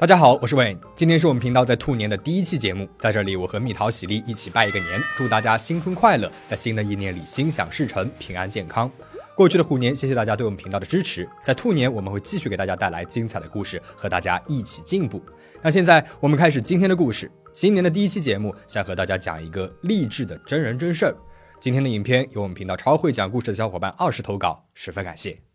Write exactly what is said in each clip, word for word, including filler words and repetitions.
大家好，我是 Wayne， 今天是我们频道在兔年的第一期节目，在这里我和蜜桃喜力一起拜一个年，祝大家新春快乐，在新的一年里心想事成，平安健康。过去的虎年，谢谢大家对我们频道的支持，在兔年我们会继续给大家带来精彩的故事，和大家一起进步。那现在我们开始今天的故事。新年的第一期节目，想和大家讲一个励志的真人真事儿。今天的影片由我们频道超会讲故事的小伙伴二十投稿，十分感谢。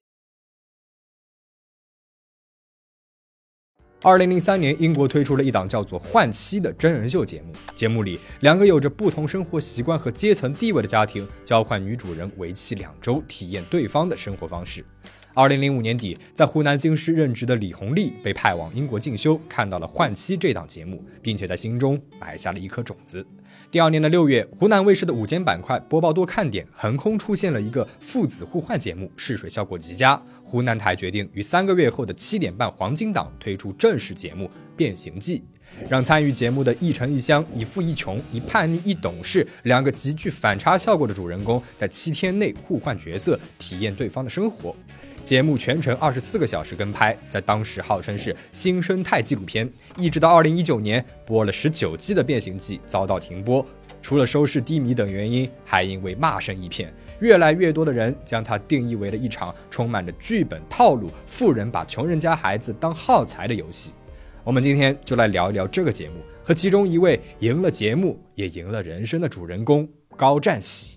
二零零三年，英国推出了一档叫做《换妻》的真人秀节目。节目里，两个有着不同生活习惯和阶层地位的家庭交换女主人为期两周，体验对方的生活方式。二零零五年底，在湖南京师任职的李红丽被派往英国进修，看到了《换妻》这档节目，并且在心中埋下了一颗种子。第二年的六月，湖南卫视的午间板块播报多看点横空出现了一个父子互换节目，试水效果极佳。湖南台决定于三个月后的七点半黄金档推出正式节目《变形记》，让参与节目的一城一乡、一富一穷、一叛逆一懂事两个极具反差效果的主人公，在七天内互换角色，体验对方的生活。节目全程二十四个小时跟拍，在当时号称是新生态纪录片，一直到二零一九年播了十九季的《变形记》遭到停播，除了收视低迷等原因，还因为骂声一片。越来越多的人将它定义为了一场充满着剧本套路、富人把穷人家孩子当耗材的游戏。我们今天就来聊一聊这个节目和其中一位赢了节目也赢了人生的主人公高占喜。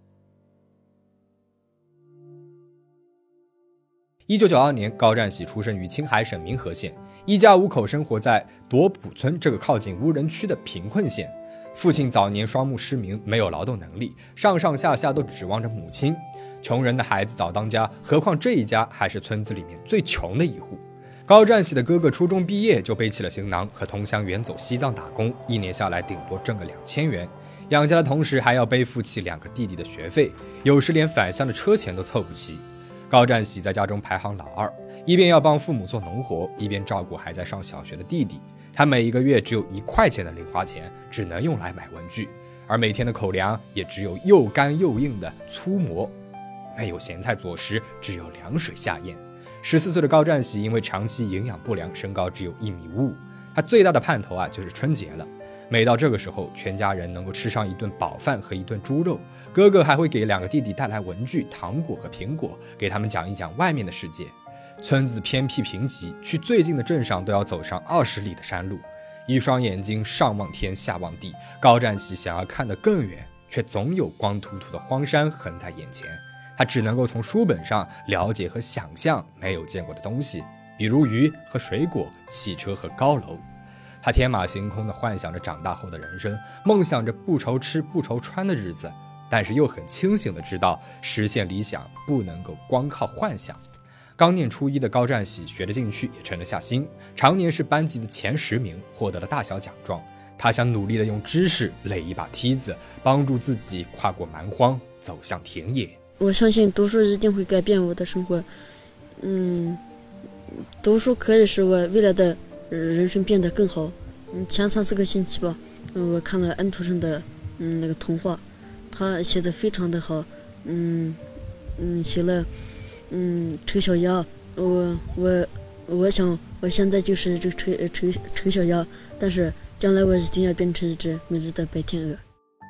一九九二年，高占喜出生于青海省民和县，一家五口生活在朵浦村这个靠近无人区的贫困县。父亲早年双目失明，没有劳动能力，上上下下都指望着母亲。穷人的孩子早当家，何况这一家还是村子里面最穷的一户。高占喜的哥哥初中毕业就背起了行囊，和同乡远走西藏打工，一年下来顶多挣个两千元，养家的同时还要背负起两个弟弟的学费，有时连返乡的车钱都凑不齐。高占喜在家中排行老二，一边要帮父母做农活，一边照顾还在上小学的弟弟。他每一个月只有一块钱的零花钱，只能用来买文具，而每天的口粮也只有又干又硬的粗馍，没有咸菜佐食，只有凉水下咽。十四岁的高占喜因为长期营养不良，身高只有一米五五。他最大的盼头啊，就是春节了。每到这个时候，全家人能够吃上一顿饱饭和一顿猪肉，哥哥还会给两个弟弟带来文具、糖果和苹果，给他们讲一讲外面的世界。村子偏僻贫瘠，去最近的镇上都要走上二十里的山路。一双眼睛上望天下望地，高占喜想要看得更远，却总有光秃秃的荒山横在眼前。他只能够从书本上了解和想象没有见过的东西，比如鱼和水果、汽车和高楼。他天马行空地幻想着长大后的人生，梦想着不愁吃不愁穿的日子，但是又很清醒地知道，实现理想不能够光靠幻想。刚念初一的高占喜学得进去，也沉得下心，常年是班级的前十名，获得了大小奖状。他想努力地用知识垒一把梯子，帮助自己跨过蛮荒，走向田野。 我相信读书一定会改变我的生活。嗯，读书可以使我未来的人生变得更好。嗯，前三四个星期吧，嗯，我看了安徒生的嗯那个童话，他写的非常的好。嗯嗯，写了嗯丑小鸭，我我我想我现在就是这个丑丑丑小鸭，但是将来我一定要变成一只美丽的白天鹅。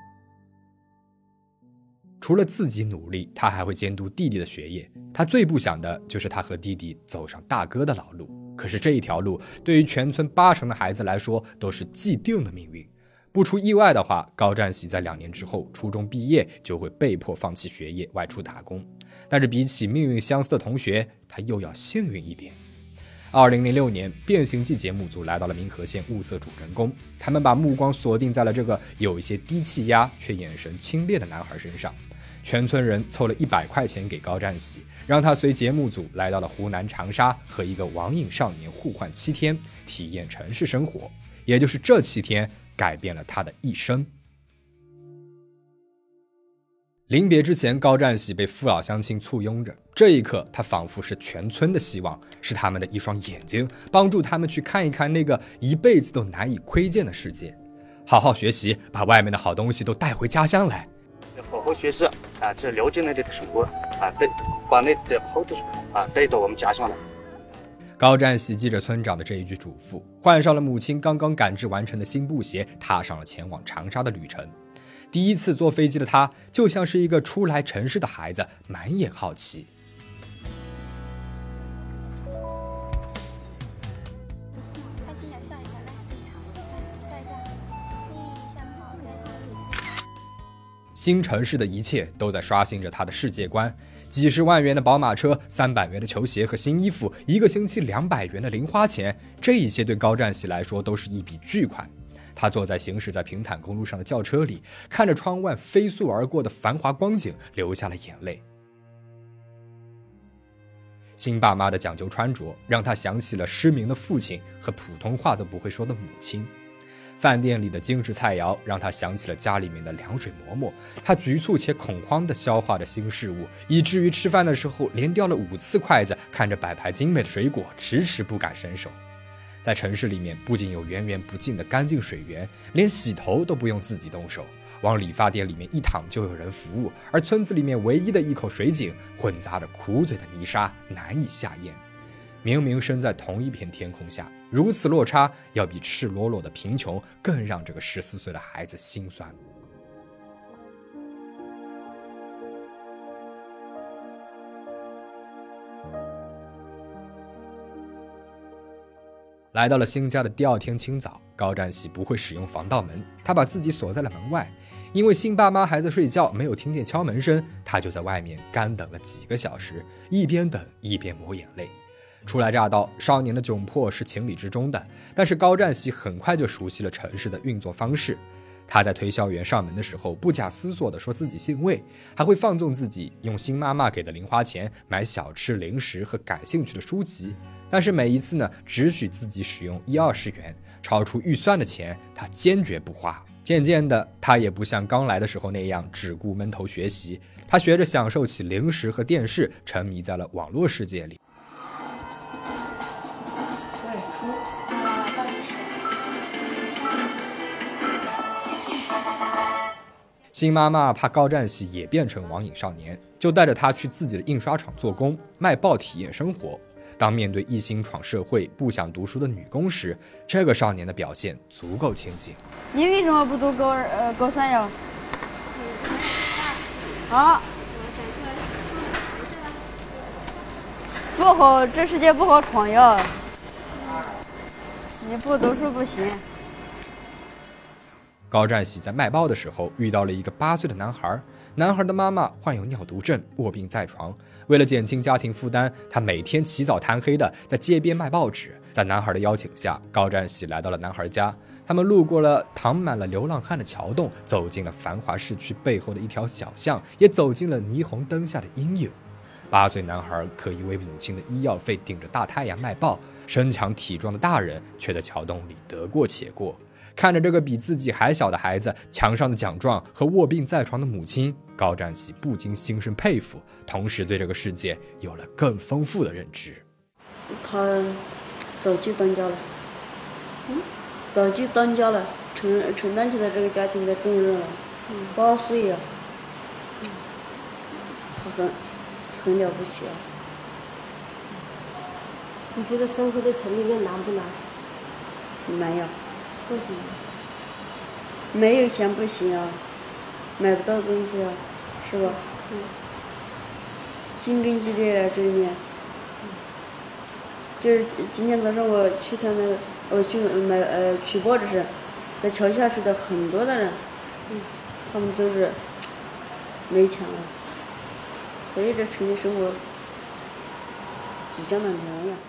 除了自己努力，他还会监督弟弟的学业。他最不想的就是他和弟弟走上大哥的老路。可是这一条路对于全村八成的孩子来说都是既定的命运。不出意外的话，高占喜在两年之后初中毕业就会被迫放弃学业，外出打工。但是比起命运相似的同学，他又要幸运一点。二零零六年，变形记节目组来到了民和县，物色主人公。他们把目光锁定在了这个有一些低气压却眼神清冽的男孩身上。全村人凑了一百块钱给高占喜，让他随节目组来到了湖南长沙，和一个网瘾少年互换七天，体验城市生活。也就是这七天改变了他的一生。临别之前，高占喜被父老乡亲簇拥着，这一刻他仿佛是全村的希望，是他们的一双眼睛，帮助他们去看一看那个一辈子都难以窥见的世界。好好学习，把外面的好东西都带回家乡来。 好好学习啊，这了解内地的生活啊，带把内地的好的啊带到我们家乡来。 高占喜记着村长的这一句嘱咐，换上了母亲刚刚赶制完成的新布鞋，踏上了前往长沙的旅程。第一次坐飞机的他，就像是一个初来城市的孩子，满眼好奇。 开心点，笑一下，来，笑一下，嘿，笑得好开心。 新城市的一切都在刷新着他的世界观。几十万元的宝马车，三百元的球鞋和新衣服，一个星期两百元的零花钱，这一些对高占喜来说都是一笔巨款。他坐在行驶在平坦公路上的轿车里，看着窗外飞速而过的繁华光景，流下了眼泪。新爸妈的讲究穿着，让他想起了失明的父亲和普通话都不会说的母亲。饭店里的精致菜肴让他想起了家里面的凉水馍馍，他局促且恐慌地消化着新事物，以至于吃饭的时候连掉了五次筷子，看着摆盘精美的水果迟迟不敢伸手。在城市里面不仅有源源不尽的干净水源，连洗头都不用自己动手，往理发店里面一躺就有人服务，而村子里面唯一的一口水井混杂着苦嘴的泥沙，难以下咽。明明身在同一片天空下，如此落差，要比赤裸裸的贫穷更让这个十四岁的孩子心酸。来到了新家的第二天清早，高占喜不会使用防盗门，他把自己锁在了门外。因为新爸妈还在睡觉，没有听见敲门声，他就在外面干等了几个小时，一边等一边抹眼泪。初来乍到，少年的窘迫是情理之中的，但是高占喜很快就熟悉了城市的运作方式。他在推销员上门的时候不假思索地说自己姓魏，还会放纵自己用新妈妈给的零花钱买小吃零食和感兴趣的书籍，但是每一次呢，只许自己使用一二十元，超出预算的钱他坚决不花。渐渐的，他也不像刚来的时候那样只顾闷头学习，他学着享受起零食和电视，沉迷在了网络世界里。新妈妈怕高占喜也变成网瘾少年，就带着他去自己的印刷厂做工，卖报体验生活。当面对一心闯社会、不想读书的女工时，这个少年的表现足够清醒。 你为什么不读高二呃高三呀？啊？不好，这世界不好闯呀！你不读书不行。 高占喜在卖报的时候遇到了一个八岁的男孩，男孩的妈妈患有尿毒症，卧病在床。为了减轻家庭负担，他每天起早贪黑的在街边卖报纸。在男孩的邀请下，高占喜来到了男孩家。他们路过了躺满了流浪汉的桥洞，走进了繁华市区背后的一条小巷，也走进了霓虹灯下的阴影。八岁男孩可以为母亲的医药费顶着大太阳卖报，身强体壮的大人却在桥洞里得过且过。看着这个比自己还小的孩子，墙上的奖状和卧病在床的母亲，高占喜不禁心生佩服，同时对这个世界有了更丰富的认知。 他早就当家了，嗯，早就当家了，承承担起了这个家庭的重任了。嗯，八岁呀、啊，嗯，他很很了不起啊。 你觉得生活在城里面难不难？ 难呀。 为什么？ 没有钱不行啊，买不到东西啊，是吧？嗯。竞争激烈啊，这里面。嗯。就是今天早上我去看那个，我去买呃取报纸时，在桥下睡的很多的人，嗯，他们都是没钱了，所以这城里生活比较难难呀。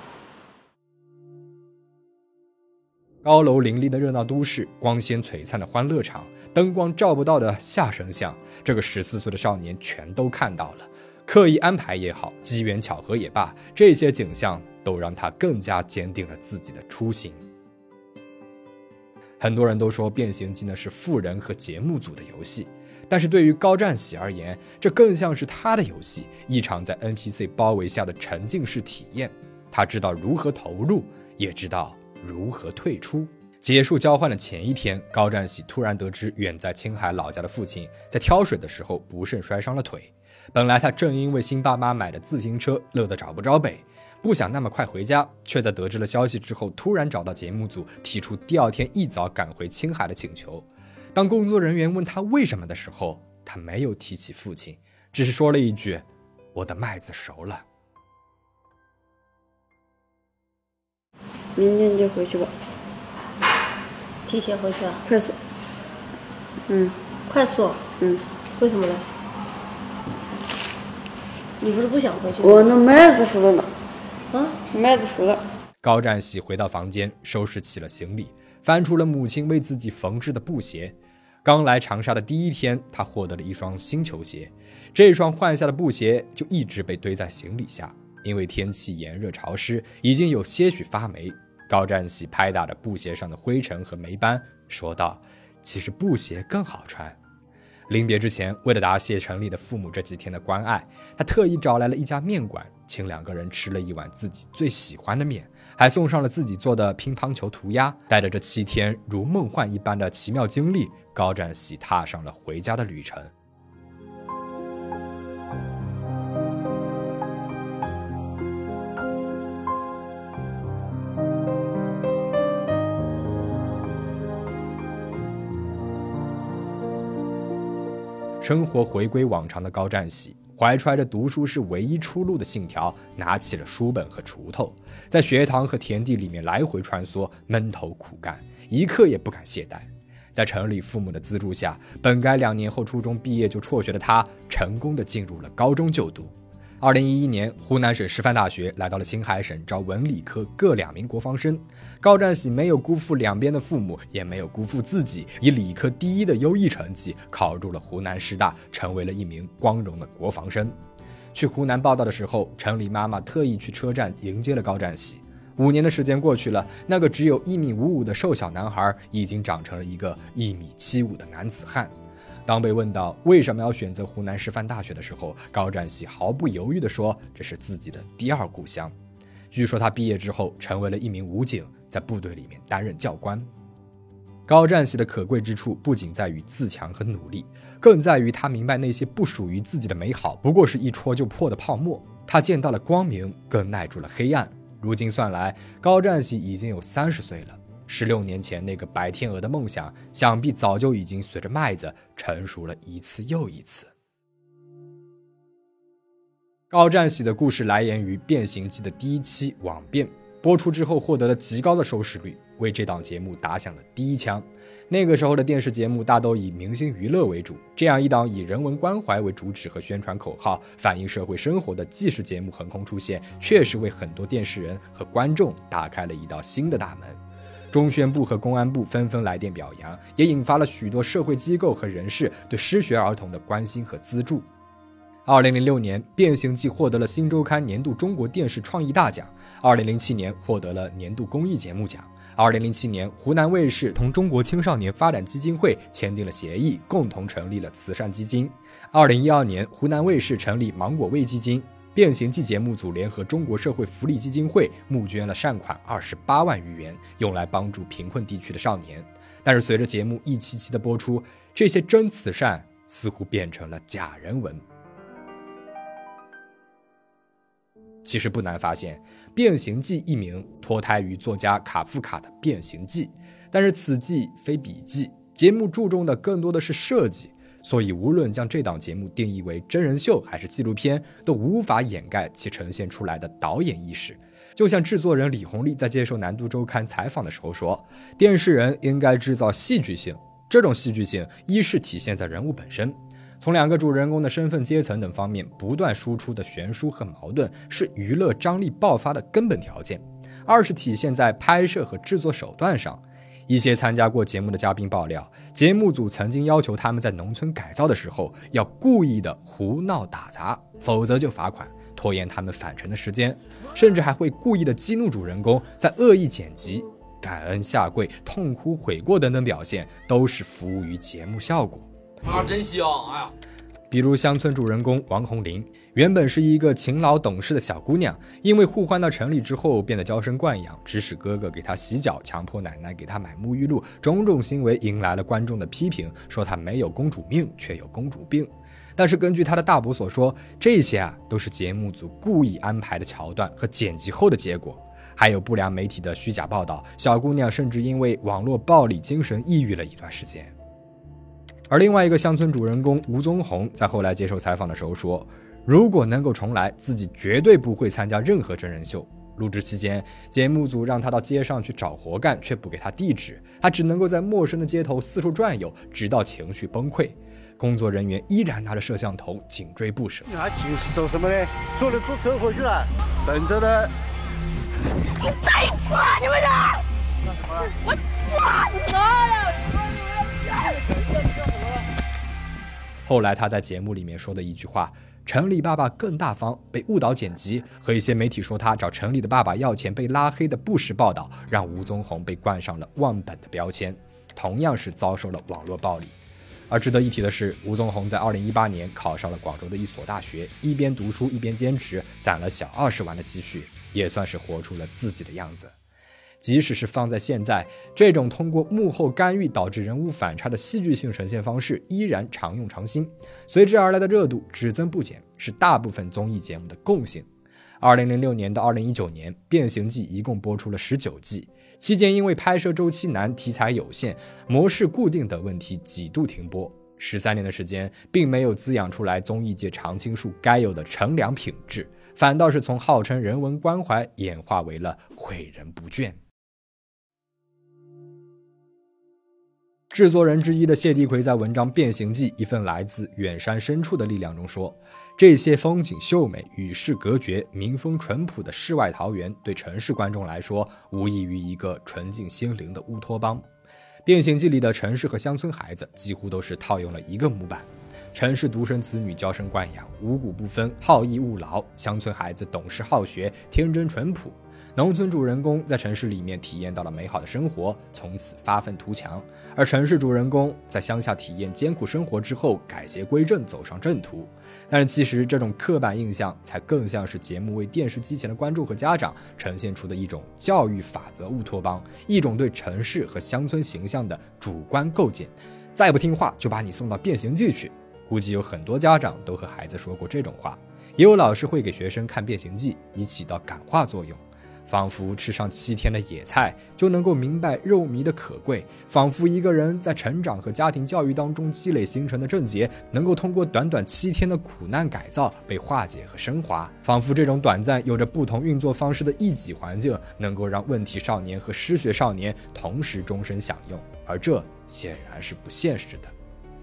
高楼林立的热闹都市，光鲜璀璨的欢乐场，灯光照不到的下神像，这个十四岁的少年全都看到了。刻意安排也好，机缘巧合也罢，这些景象都让他更加坚定了自己的初心。很多人都说变形记呢是富人和节目组的游戏，但是对于高占喜而言，这更像是他的游戏，一场在 N P C 包围下的沉浸式体验。他知道如何投入，也知道如何退出。结束交换的前一天，高占喜突然得知远在青海老家的父亲在挑水的时候不慎摔伤了腿。本来他正因为新爸妈买的自行车乐得找不着北， 不想那么快回家，却在得知了消息之后突然找到节目组提出第二天一早赶回青海的请求。当工作人员问他为什么的时候，他没有提起父亲，只是说了一句：我的麦子熟了。 明天就回去吧。 提前回去啊？ 快速。嗯， 快速。 嗯， 为什么呢？你不是不想回去吗？ 我那麦子熟了呢。 啊， 麦子熟了。 高占喜回到房间，收拾起了行李，翻出了母亲为自己缝制的布鞋。刚来长沙的第一天，他获得了一双新球鞋，这双换下的布鞋就一直被堆在行李下，因为天气炎热潮湿，已经有些许发霉。高占喜拍打着布鞋上的灰尘和霉斑，说道：其实布鞋更好穿。临别之前，为了答谢陈丽的父母这几天的关爱，他特意找来了一家面馆，请两个人吃了一碗自己最喜欢的面，还送上了自己做的乒乓球涂鸦。带着这七天如梦幻一般的奇妙经历，高占喜踏上了回家的旅程。生活回归往常的高占喜，怀揣着读书是唯一出路的信条，拿起了书本和锄头，在学堂和田地里面来回穿梭，闷头苦干，一刻也不敢懈怠。在陈丽父母的资助下，本该两年后初中毕业就辍学的他，成功的进入了高中就读。二零一一年，湖南省师范大学来到了青海省招文理科各两名国防生。高占喜没有辜负两边的父母，也没有辜负自己，以理科第一的优异成绩考入了湖南师大，成为了一名光荣的国防生。去湖南报道的时候，陈丽妈妈特意去车站迎接了高占喜。五年的时间过去了，那个只有一米五五的瘦小男孩已经长成了一个一米七五的男子汉。当被问到为什么要选择湖南师范大学的时候，高占喜毫不犹豫地说，这是自己的第二故乡。据说他毕业之后成为了一名武警，在部队里面担任教官。高占喜的可贵之处不仅在于自强和努力，更在于他明白那些不属于自己的美好不过是一戳就破的泡沫，他见到了光明，更耐住了黑暗。如今算来，高占喜已经有三十岁了。十六年前那个白天鹅的梦想，想必早就已经随着麦子成熟了一次又一次。高占喜的故事来源于《变形记》的第一期《网变》，播出之后获得了极高的收视率，为这档节目打响了第一枪。那个时候的电视节目大都以明星娱乐为主，这样一档以人文关怀为主旨和宣传口号，反映社会生活的纪实节目横空出现，确实为很多电视人和观众打开了一道新的大门。中宣部和公安部纷纷来电表扬，也引发了许多社会机构和人士对失学儿童的关心和资助。二零零六年，《变形记》获得了新周刊年度中国电视创意大奖。二零零七年获得了年度公益节目奖。二零零七年，湖南卫视同中国青少年发展基金会签订了协议，共同成立了慈善基金。二零一二年，湖南卫视成立芒果味基金。变形记节目组联合中国社会福利基金会募捐了善款二十八万余元，用来帮助贫困地区的少年。但是随着节目一期期的播出，这些真慈善似乎变成了假人文。其实不难发现，《变形记》一名脱胎于作家卡夫卡的《变形记》，但是此记非笔记，节目注重的更多的是设计。所以无论将这档节目定义为真人秀还是纪录片，都无法掩盖其呈现出来的导演意识。就像制作人李红利在接受南都周刊采访的时候说，电视人应该制造戏剧性，这种戏剧性一是体现在人物本身，从两个主人公的身份阶层等方面不断输出的悬殊和矛盾是娱乐张力爆发的根本条件；二是体现在拍摄和制作手段上。一些参加过节目的嘉宾爆料，节目组曾经要求他们在农村改造的时候要故意的胡闹打杂，否则就罚款，拖延他们返程的时间，甚至还会故意的激怒主人公，在恶意剪辑、感恩下跪、痛哭悔过等等表现，都是服务于节目效果。 啊，真香！哎呀， 比如乡村主人公王红玲，原本是一个勤劳懂事的小姑娘，因为互换到城里之后变得娇生惯养，指使哥哥给她洗脚，强迫奶奶给她买沐浴露，种种行为迎来了观众的批评，说她没有公主命却有公主病。 但是根据他的大伯所说，这些啊都是节目组故意安排的桥段和剪辑后的结果。还有不良媒体的虚假报道，小姑娘甚至因为网络暴力精神抑郁了一段时间。而另外一个乡村主人公吴宗宏在后来接受采访的时候说，如果能够重来，自己绝对不会参加任何真人秀。录制期间，节目组让他到街上去找活干，却不给他地址，他只能够在陌生的街头四处转悠，直到情绪崩溃。工作人员依然拿着摄像头紧追不舍。 他就是走什么呢？说了坐车回去了，等着呢。 我带刺啊！你们这！我操了！ 后来他在节目里面说的一句话，城里爸爸更大方，被误导剪辑，和一些媒体说他找城里的爸爸要钱被拉黑的不实报道，让吴宗宏被冠上了忘本的标签，同样是遭受了网络暴力。而值得一提的是，吴宗宏在二零一八年考上了广州的一所大学，一边读书一边兼职，攒了小二十万的积蓄，也算是活出了自己的样子。即使是放在现在，这种通过幕后干预导致人物反差的戏剧性呈现方式依然常用常新，随之而来的热度只增不减，是大部分综艺节目的共性。二零零六年到二零一九年，《变形记》一共播出了十九季，期间因为拍摄周期难、题材有限、模式固定等问题几度停播。十三年的时间，并没有滋养出来综艺界常青树该有的乘凉品质，反倒是从号称人文关怀演化为了诲人不倦。制作人之一的谢帝奎在文章《变形记：一份来自远山深处的力量》中说，这些风景秀美、与世隔绝、民风淳朴的世外桃源，对城市观众来说，无异于一个纯净心灵的乌托邦。变形记里的城市和乡村孩子几乎都是套用了一个模板，城市独生子女娇生惯养，五谷不分，好逸恶劳；乡村孩子懂事好学，天真淳朴。农村主人公在城市里面体验到了美好的生活，从此发愤图强，而城市主人公在乡下体验艰苦生活之后改邪归正，走上正途。但是其实这种刻板印象才更像是节目为电视机前的观众和家长呈现出的一种教育法则乌托邦，一种对城市和乡村形象的主观构建。再不听话就把你送到变形记去。估计有很多家长都和孩子说过这种话，也有老师会给学生看变形记，以起到感化作用。仿佛吃上七天的野菜就能够明白肉糜的可贵，仿佛一个人在成长和家庭教育当中积累形成的症结，能够通过短短七天的苦难改造被化解和升华，仿佛这种短暂有着不同运作方式的一己环境能够让问题少年和失学少年同时终身享用，而这显然是不现实的。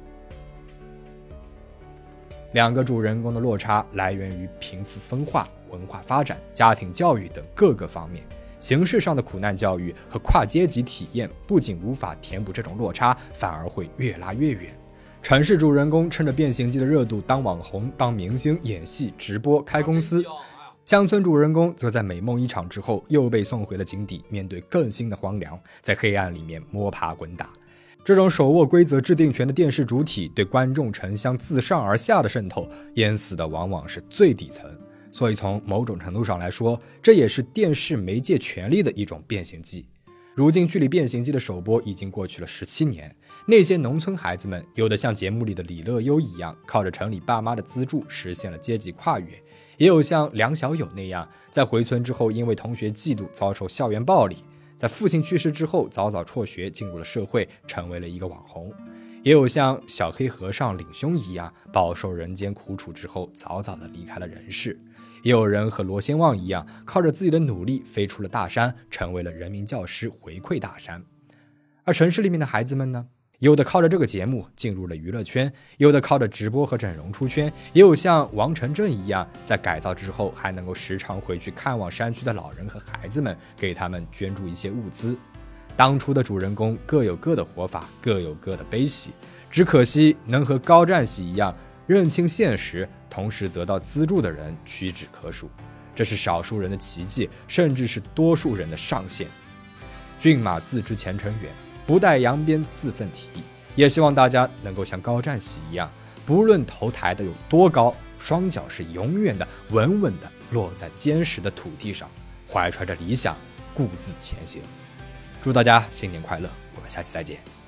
两个主人公的落差来源于贫富分化、文化发展、家庭教育等各个方面。形式上的苦难教育和跨阶级体验不仅无法填补这种落差，反而会越拉越远。城市主人公趁着变形记的热度当网红、当明星、演戏、直播、开公司，乡村主人公则在美梦一场之后又被送回了井底，面对更新的荒凉，在黑暗里面摸爬滚打。这种手握规则制定权的电视主体对观众城乡自上而下的渗透，淹死的往往是最底层。所以从某种程度上来说，这也是电视媒介权力的一种变形记。如今距离变形记的首播已经过去了十七年，那些农村孩子们有的像节目里的李乐优一样，靠着城里爸妈的资助实现了阶级跨越，也有像梁小友那样，在回村之后因为同学嫉妒遭受校园暴力，在父亲去世之后早早辍学进入了社会，成为了一个网红。也有像小黑和尚领兄一样，饱受人间苦楚之后早早的离开了人世。也有人和罗先旺一样，靠着自己的努力飞出了大山，成为了人民教师，回馈大山。而城市里面的孩子们呢，有的靠着这个节目进入了娱乐圈，有的靠着直播和整容出圈，也有像王晨正一样，在改造之后还能够时常回去看望山区的老人和孩子们，给他们捐助一些物资。当初的主人公各有各的活法，各有各的悲喜，只可惜能和高占喜一样认清现实，同时得到资助的人屈指可数。这是少数人的奇迹，甚至是多数人的上限。骏马自知前程远，不待扬鞭自奋蹄。也希望大家能够像高占喜一样，不论头抬的有多高，双脚是永远的稳稳的落在坚实的土地上，怀揣着理想，固自前行。祝大家新年快乐，我们下期再见。